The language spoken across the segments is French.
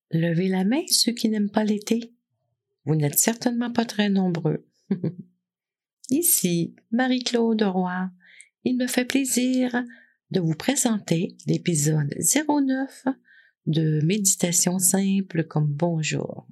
Levez la main, ceux qui n'aiment pas l'été. Vous n'êtes certainement pas très nombreux. Ici, Marie-Claude Roy. Il me fait plaisir de vous présenter l'épisode 09 de Méditation simple comme bonjour.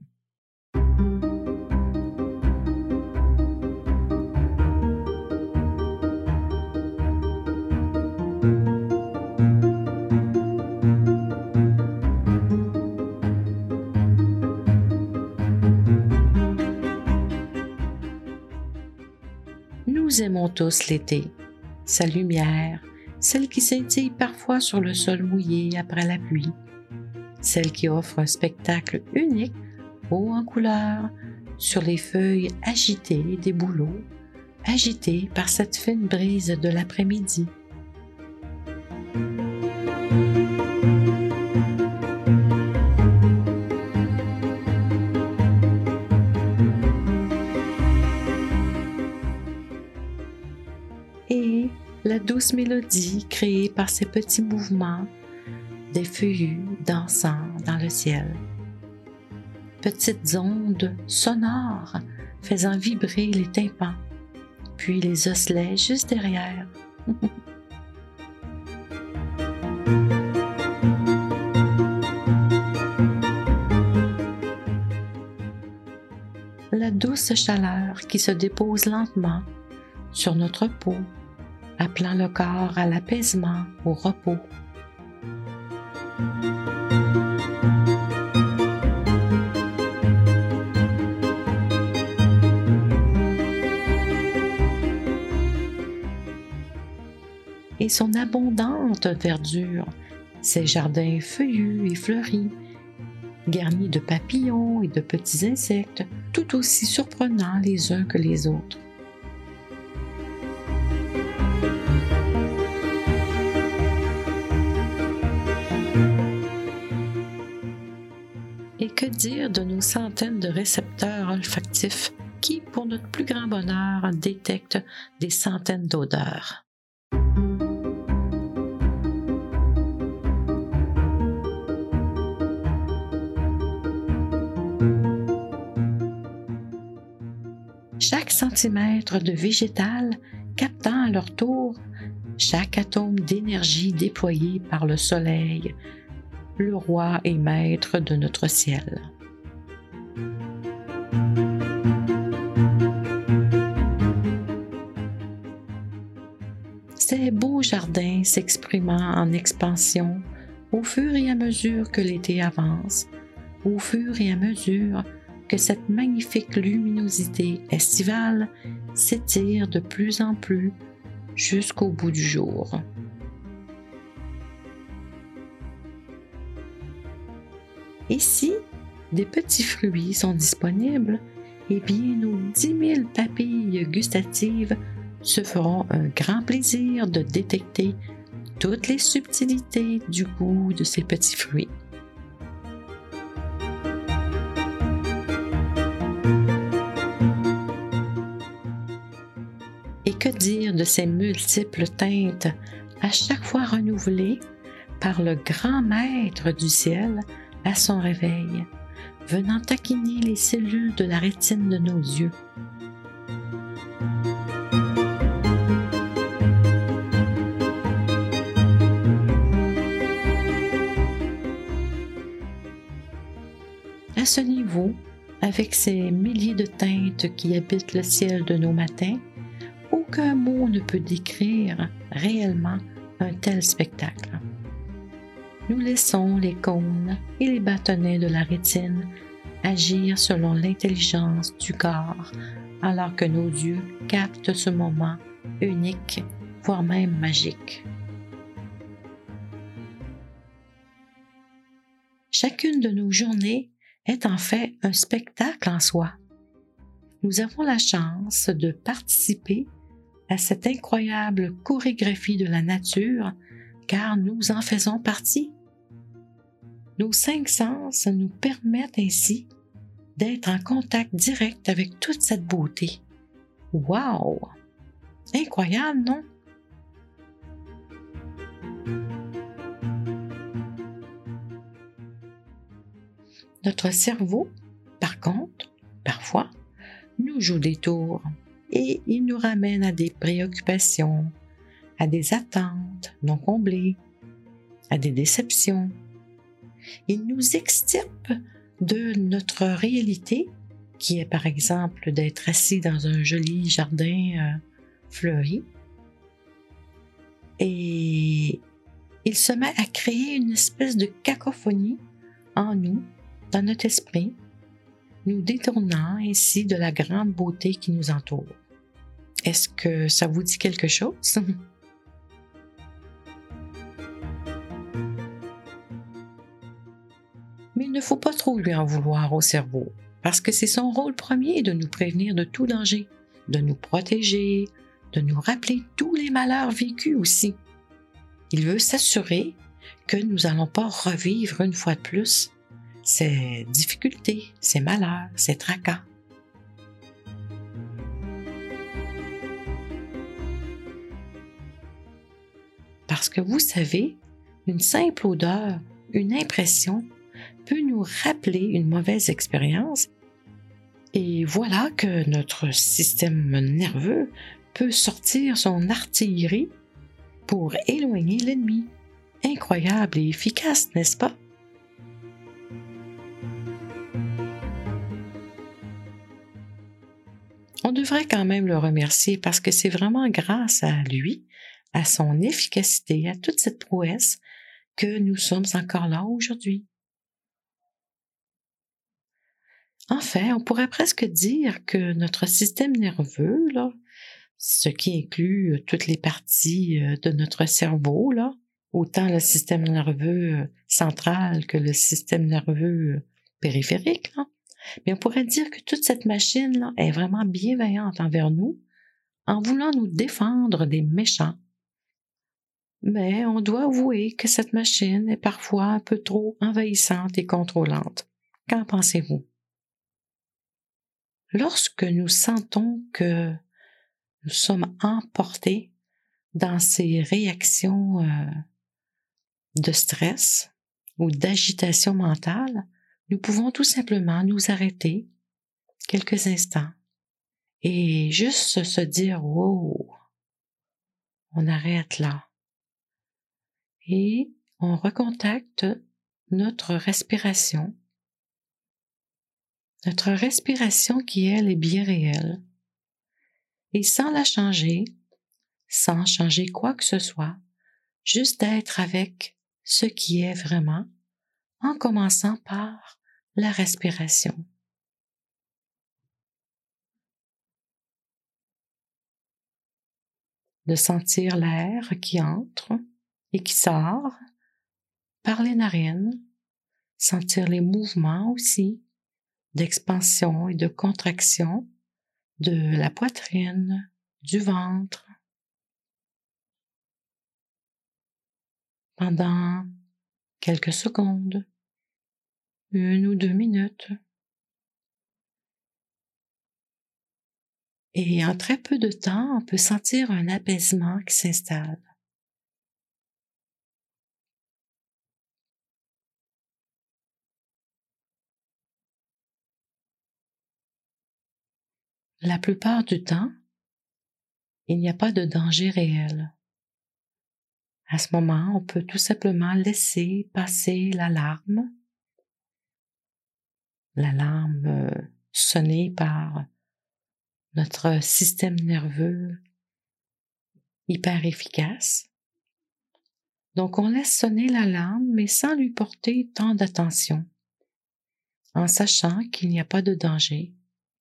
Nous aimons tous l'été, sa lumière, celle qui scintille parfois sur le sol mouillé après la pluie, celle qui offre un spectacle unique, haut en couleur, sur les feuilles agitées des bouleaux, agitées par cette fine brise de l'après-midi. Et la douce mélodie créée par ces petits mouvements des feuillus dansant dans le ciel. Petites ondes sonores faisant vibrer les tympans, puis les osselets juste derrière. La douce chaleur qui se dépose lentement sur notre peau, appelant le corps à l'apaisement, au repos. Et son abondante verdure, ses jardins feuillus et fleuris, garnis de papillons et de petits insectes, tout aussi surprenants les uns que les autres. Et que dire de nos centaines de récepteurs olfactifs qui, pour notre plus grand bonheur, détectent des centaines d'odeurs. Chaque centimètre de végétal captant à leur tour chaque atome d'énergie déployé par le soleil, le roi et maître de notre ciel. Ces beaux jardins s'exprimant en expansion au fur et à mesure que l'été avance, au fur et à mesure que cette magnifique luminosité estivale s'étire de plus en plus jusqu'au bout du jour. Et si des petits fruits sont disponibles, eh bien nos 10 000 papilles gustatives se feront un grand plaisir de détecter toutes les subtilités du goût de ces petits fruits. Et que dire de ces multiples teintes à chaque fois renouvelées par le grand maître du ciel à son réveil, venant taquiner les cellules de la rétine de nos yeux. À ce niveau, avec ces milliers de teintes qui habitent le ciel de nos matins, aucun mot ne peut décrire réellement un tel spectacle. Nous laissons les cônes et les bâtonnets de la rétine agir selon l'intelligence du corps, alors que nos yeux captent ce moment unique, voire même magique. Chacune de nos journées est en fait un spectacle en soi. Nous avons la chance de participer à cette incroyable chorégraphie de la nature, car nous en faisons partie. Nos 5 sens nous permettent ainsi d'être en contact direct avec toute cette beauté. Wow! Incroyable, non? Notre cerveau, par contre, parfois, nous joue des tours et il nous ramène à des préoccupations, à des attentes non comblées, à des déceptions. Il nous extirpe de notre réalité, qui est par exemple d'être assis dans un joli jardin fleuri. Et il se met à créer une espèce de cacophonie en nous, dans notre esprit, nous détournant ainsi de la grande beauté qui nous entoure. Est-ce que ça vous dit quelque chose? Mais il ne faut pas trop lui en vouloir au cerveau, parce que c'est son rôle premier de nous prévenir de tout danger, de nous protéger, de nous rappeler tous les malheurs vécus aussi. Il veut s'assurer que nous n'allons pas revivre une fois de plus ces difficultés, ces malheurs, ces tracas. Parce que vous savez, une simple odeur, une impression peut nous rappeler une mauvaise expérience et voilà que notre système nerveux peut sortir son artillerie pour éloigner l'ennemi. Incroyable et efficace, n'est-ce pas? On devrait quand même le remercier parce que c'est vraiment grâce à lui, à son efficacité, à toute cette prouesse, que nous sommes encore là aujourd'hui. En fait, on pourrait presque dire que notre système nerveux, là, ce qui inclut toutes les parties de notre cerveau, là, autant le système nerveux central que le système nerveux périphérique, là, mais on pourrait dire que toute cette machine-là est vraiment bienveillante envers nous, en voulant nous défendre des méchants. Mais on doit avouer que cette machine est parfois un peu trop envahissante et contrôlante. Qu'en pensez-vous? Lorsque nous sentons que nous sommes emportés dans ces réactions de stress ou d'agitation mentale, nous pouvons tout simplement nous arrêter quelques instants et juste se dire « Wow », on arrête là et on recontacte notre respiration qui, elle, est bien réelle. Et sans la changer, sans changer quoi que ce soit, juste d'être avec ce qui est vraiment, en commençant par la respiration. De sentir l'air qui entre et qui sort par les narines, sentir les mouvements aussi d'expansion et de contraction de la poitrine, du ventre, pendant quelques secondes, 1 ou 2 minutes. Et en très peu de temps, on peut sentir un apaisement qui s'installe. La plupart du temps, il n'y a pas de danger réel. À ce moment, on peut tout simplement laisser passer l'alarme sonnée par notre système nerveux hyper efficace. Donc, on laisse sonner l'alarme, mais sans lui porter tant d'attention, en sachant qu'il n'y a pas de danger.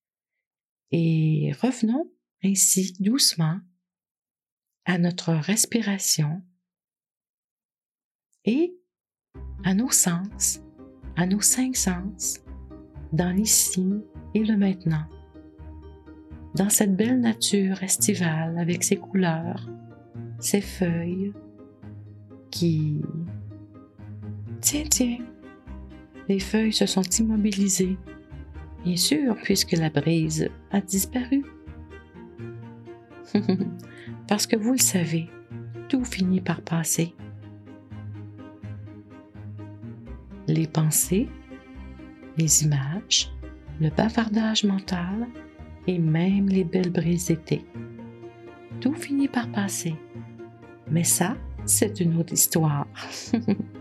Et revenons ainsi doucement à notre respiration et à nos sens, à nos 5 sens, dans l'ici et le maintenant, dans cette belle nature estivale avec ses couleurs, ses feuilles qui... Tiens, les feuilles se sont immobilisées, bien sûr, puisque la brise a disparu. Parce que vous le savez, tout finit par passer. Les pensées, les images, le bavardage mental et même les belles brises d'été. Tout finit par passer. Mais ça, c'est une autre histoire.